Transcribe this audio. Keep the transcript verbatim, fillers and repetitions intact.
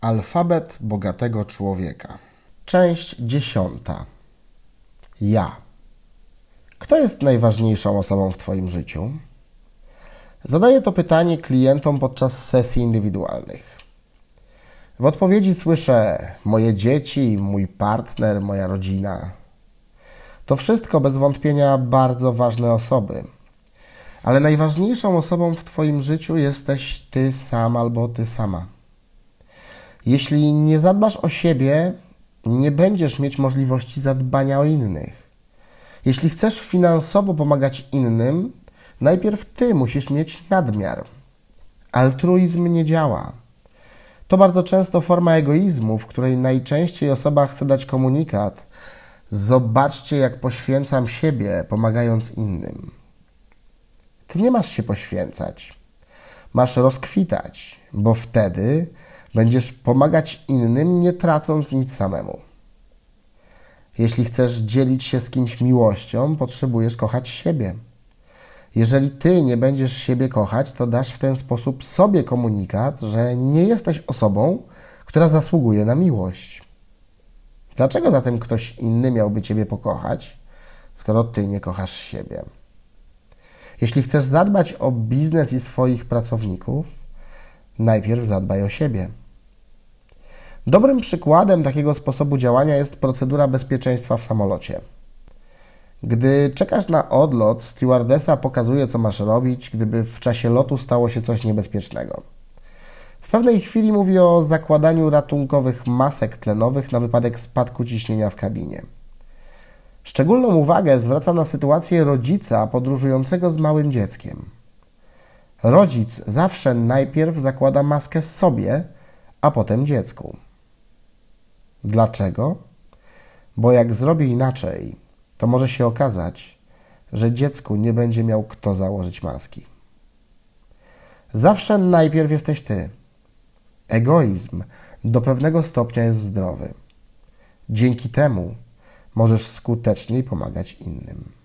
Alfabet bogatego człowieka. Część dziesiąta. Ja. Kto jest najważniejszą osobą w Twoim życiu? Zadaję to pytanie klientom podczas sesji indywidualnych. W odpowiedzi słyszę moje dzieci, mój partner, moja rodzina. To wszystko bez wątpienia bardzo ważne osoby. Ale najważniejszą osobą w Twoim życiu jesteś Ty sam albo Ty sama. Jeśli nie zadbasz o siebie, nie będziesz mieć możliwości zadbania o innych. Jeśli chcesz finansowo pomagać innym, najpierw Ty musisz mieć nadmiar. Altruizm nie działa. To bardzo często forma egoizmu, w której najczęściej osoba chce dać komunikat: zobaczcie, jak poświęcam siebie, pomagając innym. Ty nie masz się poświęcać. Masz rozkwitać, bo wtedy będziesz pomagać innym, nie tracąc nic samemu. Jeśli chcesz dzielić się z kimś miłością, potrzebujesz kochać siebie. Jeżeli Ty nie będziesz siebie kochać, to dasz w ten sposób sobie komunikat, że nie jesteś osobą, która zasługuje na miłość. Dlaczego zatem ktoś inny miałby Ciebie pokochać, skoro Ty nie kochasz siebie? Jeśli chcesz zadbać o biznes i swoich pracowników, najpierw zadbaj o siebie. Dobrym przykładem takiego sposobu działania jest procedura bezpieczeństwa w samolocie. Gdy czekasz na odlot, stewardesa pokazuje, co masz robić, gdyby w czasie lotu stało się coś niebezpiecznego. W pewnej chwili mówi o zakładaniu ratunkowych masek tlenowych na wypadek spadku ciśnienia w kabinie. Szczególną uwagę zwraca na sytuację rodzica podróżującego z małym dzieckiem. Rodzic zawsze najpierw zakłada maskę sobie, a potem dziecku. Dlaczego? Bo jak zrobi inaczej, to może się okazać, że dziecku nie będzie miał kto założyć maski. Zawsze najpierw jesteś Ty. Egoizm do pewnego stopnia jest zdrowy. Dzięki temu możesz skuteczniej pomagać innym.